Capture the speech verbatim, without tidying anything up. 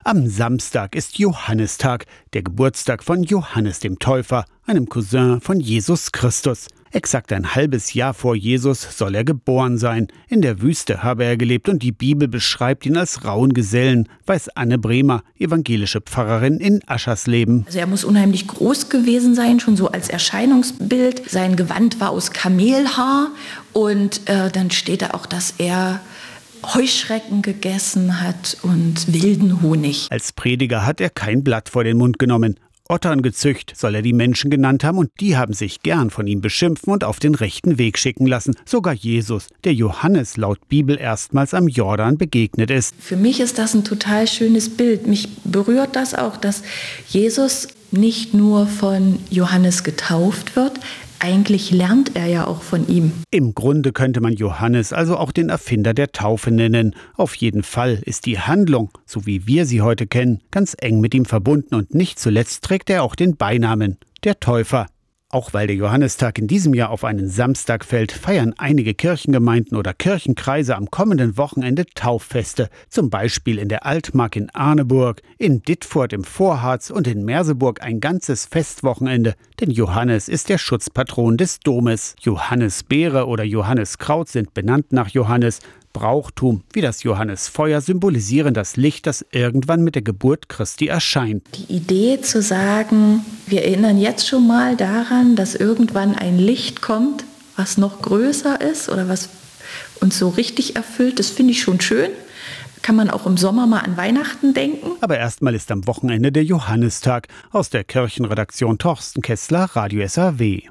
Am Samstag ist Johannistag, der Geburtstag von Johannes dem Täufer, einem Cousin von Jesus Christus. Exakt ein halbes Jahr vor Jesus soll er geboren sein. In der Wüste habe er gelebt und die Bibel beschreibt ihn als rauen Gesellen, weiß Anne Bremer, evangelische Pfarrerin in Aschersleben. Also er muss unheimlich groß gewesen sein, schon so als Erscheinungsbild. Sein Gewand war aus Kamelhaar und äh, dann steht da auch, dass er Heuschrecken gegessen hat und wilden Honig. Als Prediger hat er kein Blatt vor den Mund genommen. Ottern gezücht soll er die Menschen genannt haben und die haben sich gern von ihm beschimpfen und auf den rechten Weg schicken lassen. Sogar Jesus, der Johannes laut Bibel erstmals am Jordan begegnet ist. Für mich ist das ein total schönes Bild. Mich berührt das auch, dass Jesus nicht nur von Johannes getauft wird, eigentlich lernt er ja auch von ihm. Im Grunde könnte man Johannes also auch den Erfinder der Taufe nennen. Auf jeden Fall ist die Handlung, so wie wir sie heute kennen, ganz eng mit ihm verbunden und nicht zuletzt trägt er auch den Beinamen, der Täufer. Auch weil der Johannistag in diesem Jahr auf einen Samstag fällt, feiern einige Kirchengemeinden oder Kirchenkreise am kommenden Wochenende Tauffeste. Zum Beispiel in der Altmark in Arneburg, in Dittfurt im Vorharz und in Merseburg ein ganzes Festwochenende. Denn Johannes ist der Schutzpatron des Domes. Johannisbeere oder Johanniskraut sind benannt nach Johannes. Brauchtum wie das Johannisfeuer symbolisieren das Licht, das irgendwann mit der Geburt Christi erscheint. Die Idee zu sagen, wir erinnern jetzt schon mal daran, dass irgendwann ein Licht kommt, was noch größer ist oder was uns so richtig erfüllt, das finde ich schon schön. Kann man auch im Sommer mal an Weihnachten denken. Aber erstmal ist am Wochenende der Johannistag. Aus der Kirchenredaktion Torsten Kessler, Radio S R W.